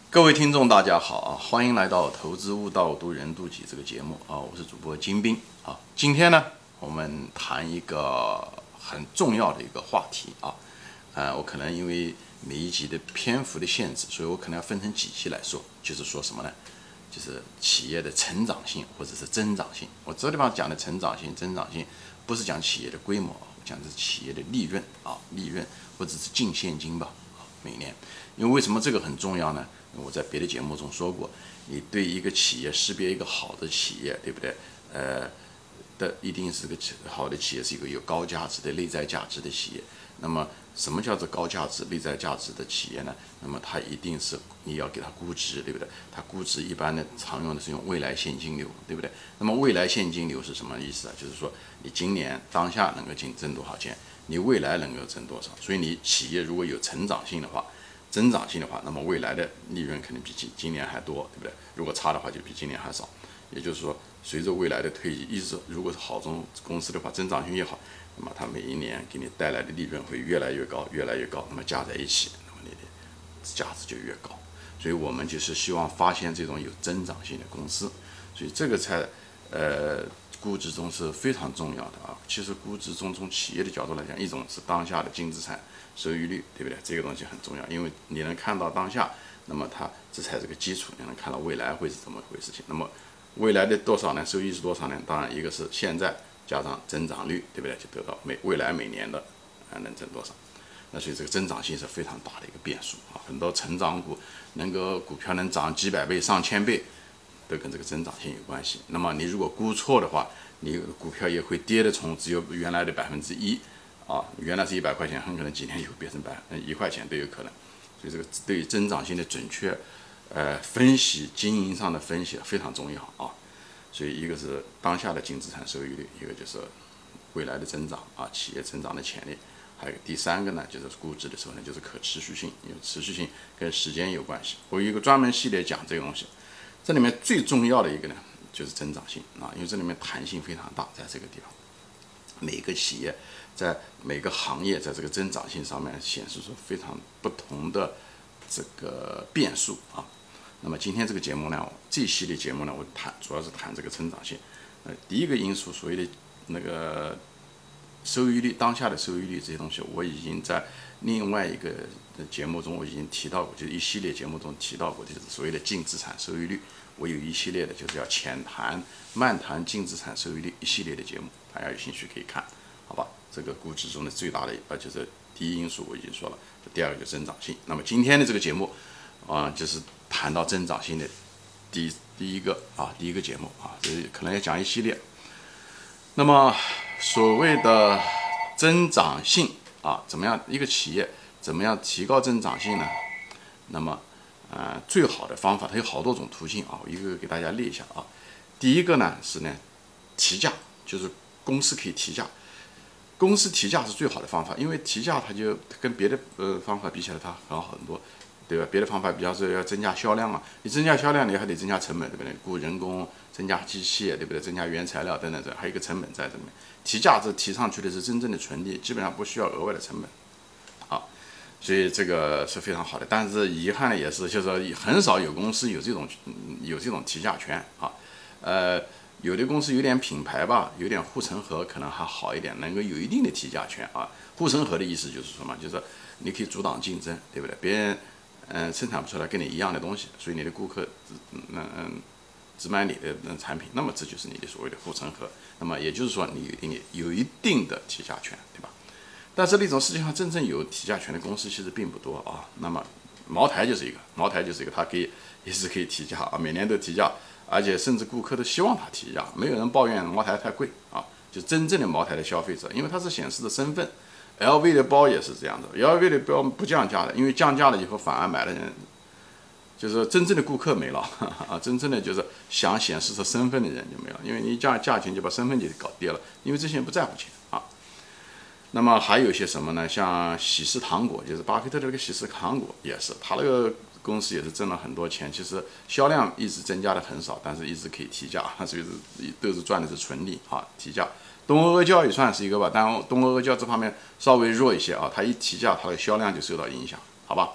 各位听众，大家好啊！欢迎来到《投资悟道，渡人渡己》这个节目啊！我是主播金兵啊。今天呢，我们谈一个很重要的一个话题啊。我可能因为每一集的篇幅的限制，所以我可能要分成几期来说，就是说什么呢？就是企业的成长性或者是增长性。我这地方讲的成长性、增长性，不是讲企业的规模，我讲的是企业的利润啊，利润或者是净现金吧啊，每年。因为为什么这个很重要呢？我在别的节目中说过，你对一个企业识别一个好的企业，对不对？一定是个好的企业，是一个有高价值的内在价值的企业。那么，什么叫做高价值、内在价值的企业呢？那么它一定是你要给它估值，对不对？它估值一般的常用的是用未来现金流，对不对？那么未来现金流是什么意思啊？就是说你今年当下能够挣多少钱，你未来能够挣多少。所以你企业如果有成长性的话，增长性的话，那么未来的利润肯定比今年还多，对不对？如果差的话，就比今年还少。也就是说，随着未来的推移，一直如果是好中公司的话，增长性越好，那么它每一年给你带来的利润会越来越高，越来越高。那么加在一起，那么你的价值就越高。所以我们就是希望发现这种有增长性的公司，所以这个才估值中是非常重要的啊。其实估值中从企业的角度来讲，一种是当下的净资产收益率，对不对？这个东西很重要，因为你能看到当下，那么它这才是个基础，你能看到未来会是怎么回事情。那么未来的多少呢？收益是多少呢？当然一个是现在加上增长率，对不对？就得到未来每年的能挣多少。那所以这个增长性是非常大的一个变数啊。很多成长股能够股票能涨几百倍、上千倍，都跟这个增长性有关系。那么你如果估错的话，你股票也会跌的从只有原来的1%啊，原来是100块钱，很可能几年以后变成1块钱都有可能。所以这个对于增长性的准确分析、经营上的分析非常重要啊。所以一个是当下的净资产收益率，一个就是未来的增长啊，企业成长的潜力。还有第三个呢，就是估值的时候呢，就是可持续性，因为持续性跟时间有关系。我有一个专门系列讲这个东西，这里面最重要的一个呢，就是增长性啊，因为这里面弹性非常大，在这个地方，每个企业在每个行业在这个增长性上面显示出非常不同的这个变数啊。那么今天这个节目呢，这一系列节目呢，我主要是谈这个成长性。第一个因素，所谓的那个收益率，当下的收益率这些东西，我已经在另外一个节目中我已经提到过，就是一系列节目中提到过，就是所谓的净资产收益率。我有一系列的，就是要浅谈、慢谈净资产收益率一系列的节目，大家有兴趣可以看，好吧？这个估值中的最大的就是第一因素我已经说了，第二个就是增长性。那么今天的这个节目就是谈到增长性的第一个节目啊，这可能要讲一系列。那么所谓的增长性啊，怎么样一个企业怎么样提高增长性呢？那么最好的方法，它有好多种途径啊，我一个个给大家列一下啊。第一个呢是呢提价，就是公司可以提价，公司提价是最好的方法，因为提价它就跟别的方法比起来它好很多，对吧？别的方法比较是要增加销量啊，你增加销量你还得增加成本，对不对？雇人工、增加机械，对不对？增加原材料等等，还有一个成本在这里面。提价这提上去的是真正的纯利，基本上不需要额外的成本，好。所以这个是非常好的，但是遗憾的也是，就是说很少有公司有这种提价权啊。有的公司有点品牌吧，有点护城河，可能还好一点，能够有一定的提价权啊。护城河的意思就是什么？就是你可以阻挡竞争，对不对？别人生产不出来跟你一样的东西，所以你的顾客只买你的产品，那么这就是你的所谓的护城河。那么也就是说，你有一定的提价权，对吧？但是那种世界上真正有提价权的公司其实并不多啊。那么茅台就是一个，它也是可以提价啊，每年都提价，而且甚至顾客都希望它提价，没有人抱怨茅台太贵啊。就真正的茅台的消费者，因为它是显示的身份。LV 的包也是这样的 ，LV 的包不降价的，因为降价了以后反而买的人，就是真正的顾客没了啊，真正的就是想显示出身份的人就没了，因为你价钱就把身份就搞跌了，因为这些人不在乎钱啊。那么还有一些什么呢？像喜事糖果，就是巴菲特的那个喜事糖果也是，他那个公司也是挣了很多钱，其实销量一直增加的很少，但是一直可以提价，所以都是赚的是纯利啊，提价。东阿阿胶也算是一个吧，但东阿阿胶这方面稍微弱一些啊，它一提价，它的销量就受到影响，好吧？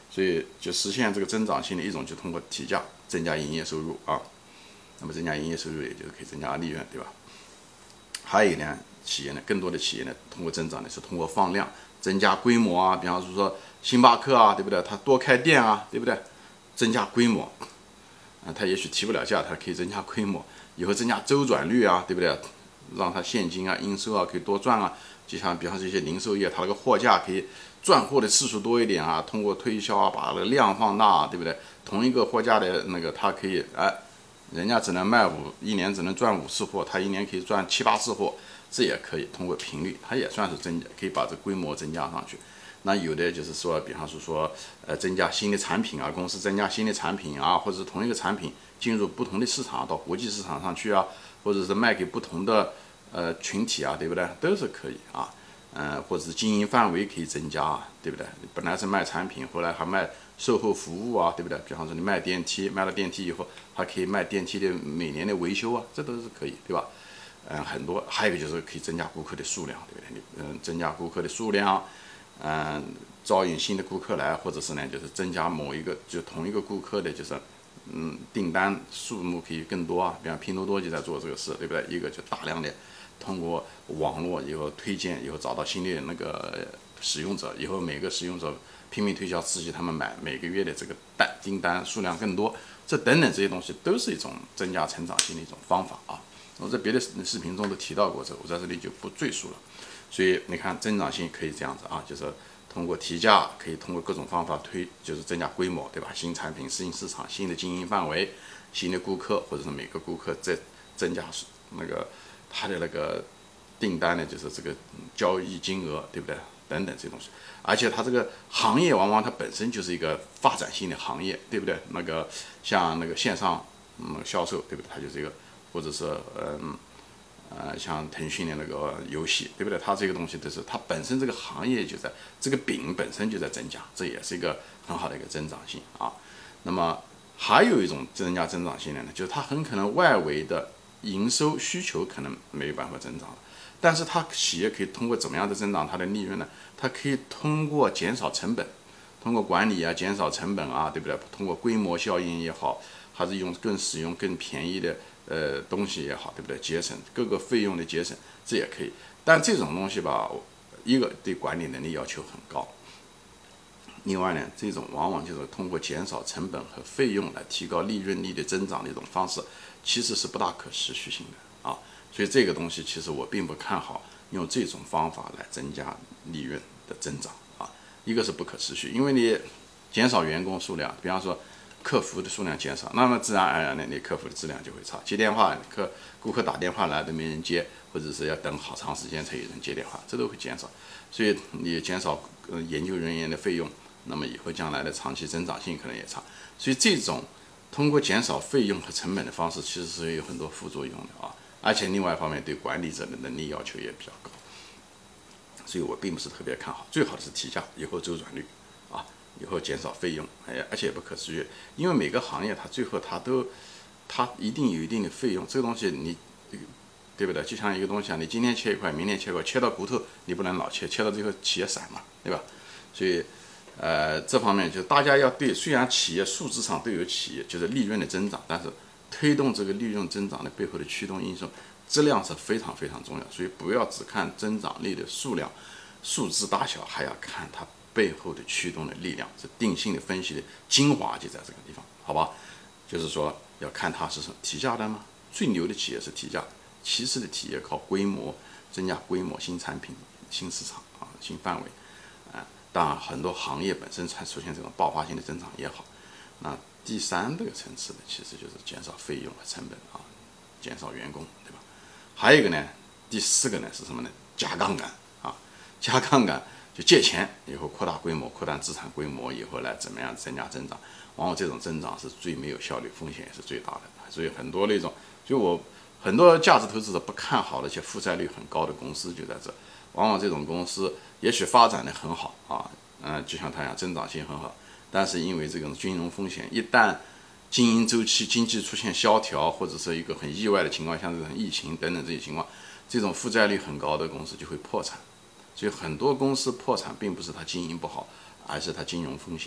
所以就实现这个增长性的一种，就通过提价增加营业收入啊。那么增加营业收入，也就是可以增加利润，对吧？还有呢，企业呢，更多的企业呢，通过增长呢是通过放量、增加规模啊。比方说星巴克啊，对不对？它多开店啊，对不对？增加规模啊，它也许提不了价，它可以增加规模，以后增加周转率啊，对不对？让它现金啊、应收啊可以多赚啊。就像比方说一些零售业，它那个货架可以赚货的次数多一点啊，通过推销啊，把那个量放大啊，对不对？同一个货架的那个，它可以人家只能卖一年只能赚5次货，他一年可以赚7、8次货，这也可以通过频率，它也算是增加，可以把这规模增加上去。那有的就是说，比方说增加新的产品啊，公司增加新的产品啊，或者是同一个产品进入不同的市场，到国际市场上去啊，或者是卖给不同的群体啊，对不对？都是可以啊。或者是经营范围可以增加啊，对不对？本来是卖产品，后来还卖售后服务啊，对不对？比方说你卖电梯，卖了电梯以后，还可以卖电梯的每年的维修啊，这都是可以，对吧？很多，还有一个就是可以增加顾客的数量，对不对？增加顾客的数量，招引新的顾客来，或者是呢，就是增加某一个就同一个顾客的，就是订单数目可以更多啊。比方拼多多就在做这个事，对不对？一个就大量的通过网络以后推荐，以后找到新的那个使用者，以后每个使用者拼命推销，刺激他们买，每个月的这个订单数量更多，这等等这些东西都是一种增加成长性的一种方法啊。我在别的视频中都提到过这个，我在这里就不赘述了。所以你看，增长性可以这样子啊，就是通过提价，可以通过各种方法就是增加规模，对吧？新产品、新市场、新的经营范围、新的顾客，或者是每个顾客再增加那个他的那个订单呢，就是这个交易金额，对不对？等等这些东西。而且它这个行业往往它本身就是一个发展性的行业，对不对？那个像那个线上销售，对不对？它就是一个，或者是像腾讯的那个游戏，对不对？它这个东西都是它本身这个行业就在这个饼本身就在增加，这也是一个很好的一个增长性啊。那么还有一种增加增长性的呢，就是它很可能外围的营收需求可能没有办法增长，但是它企业可以通过怎么样的增长它的利润呢？它可以通过减少成本，通过管理啊减少成本啊，对不对？通过规模效应也好，还是使用更便宜的东西也好，对不对？节省各个费用的节省，这也可以。但这种东西吧，一个对管理能力要求很高，另外呢，这种往往就是通过减少成本和费用来提高利润率的增长的一种方式，其实是不大可持续性的啊。所以这个东西其实我并不看好用这种方法来增加利润的增长啊。一个是不可持续，因为你减少员工数量，比方说客服的数量减少，那么自然而然的你客服的质量就会差。接电话，顾客打电话来都没人接，或者是要等好长时间才有人接电话，这都会减少。所以你减少研究人员的费用，那么以后将来的长期增长性可能也差。所以这种通过减少费用和成本的方式，其实是有很多副作用的啊。而且另外一方面对管理者的能力要求也比较高，所以我并不是特别看好。最好的是提价，以后周转率啊，以后减少费用，而且也不可持续，因为每个行业它最后它一定有一定的费用，这个东西你对不对？就像一个东西啊，你今天切一块，明天切一块，切到骨头你不能老切，切到最后企业散嘛，对吧？所以这方面就大家要对，虽然企业数字上都有企业就是利润的增长，但是推动这个利润增长的背后的驱动因素，质量是非常非常重要。所以不要只看增长率的数量、数字大小，还要看它背后的驱动的力量。这定性的分析的精华就在这个地方，好吧？就是说要看它是提价的吗？最牛的企业是提价，其次的企业靠规模增加规模、新产品、新市场啊、新范围啊。当然，很多行业本身才出现这种爆发性的增长也好。那第三个层次的其实就是减少费用和成本啊，减少员工，对吧？还有一个呢，第四个呢是什么呢？加杠杆啊，加杠杆就借钱以后扩大规模、扩大资产规模以后来怎么样增加增长？往往这种增长是最没有效率，风险也是最大的。所以很多那种，很多价值投资者不看好的，且负债率很高的公司就在这。往往这种公司也许发展的很好啊，就像它一样增长性很好。但是因为这种金融风险，一旦经营周期、经济出现萧条，或者是一个很意外的情况，像这种疫情等等这些情况，这种负债率很高的公司就会破产。所以很多公司破产并不是它经营不好，而是它金融风险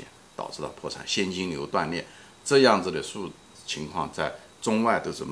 导致了破产，现金流断裂，这样子的情况在中外都是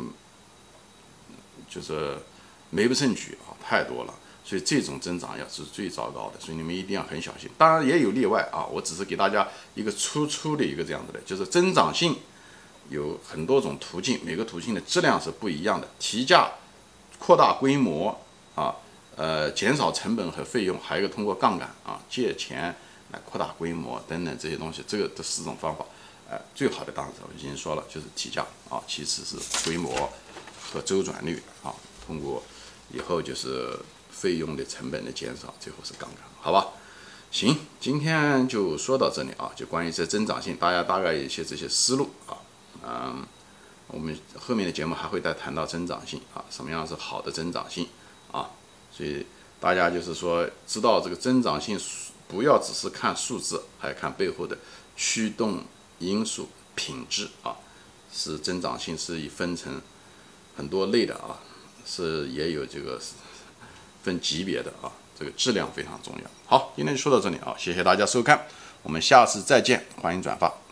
就是没不胜举啊，太多了。所以这种增长要是最糟糕的，所以你们一定要很小心。当然也有例外啊，我只是给大家一个粗的一个这样子的，就是增长性有很多种途径，每个途径的质量是不一样的。提价、扩大规模啊，减少成本和费用，还有一个通过杠杆啊，借钱来扩大规模等等这些东西，这个的4种方法，最好的当然我已经说了，就是提价啊，其次是规模和周转率啊，通过以后就是费用的成本的减少，最后是杠杆，好吧？行，今天就说到这里啊，就关于这增长性，大家大概有一些这些思路啊，我们后面的节目还会再谈到增长性啊，什么样是好的增长性啊，所以大家就是说知道这个增长性，不要只是看数字，还要看背后的驱动因素、品质啊，是增长性是分成很多类的啊，是也有这个分级别的啊，这个质量非常重要。好，今天就说到这里啊，谢谢大家收看，我们下次再见，欢迎转发。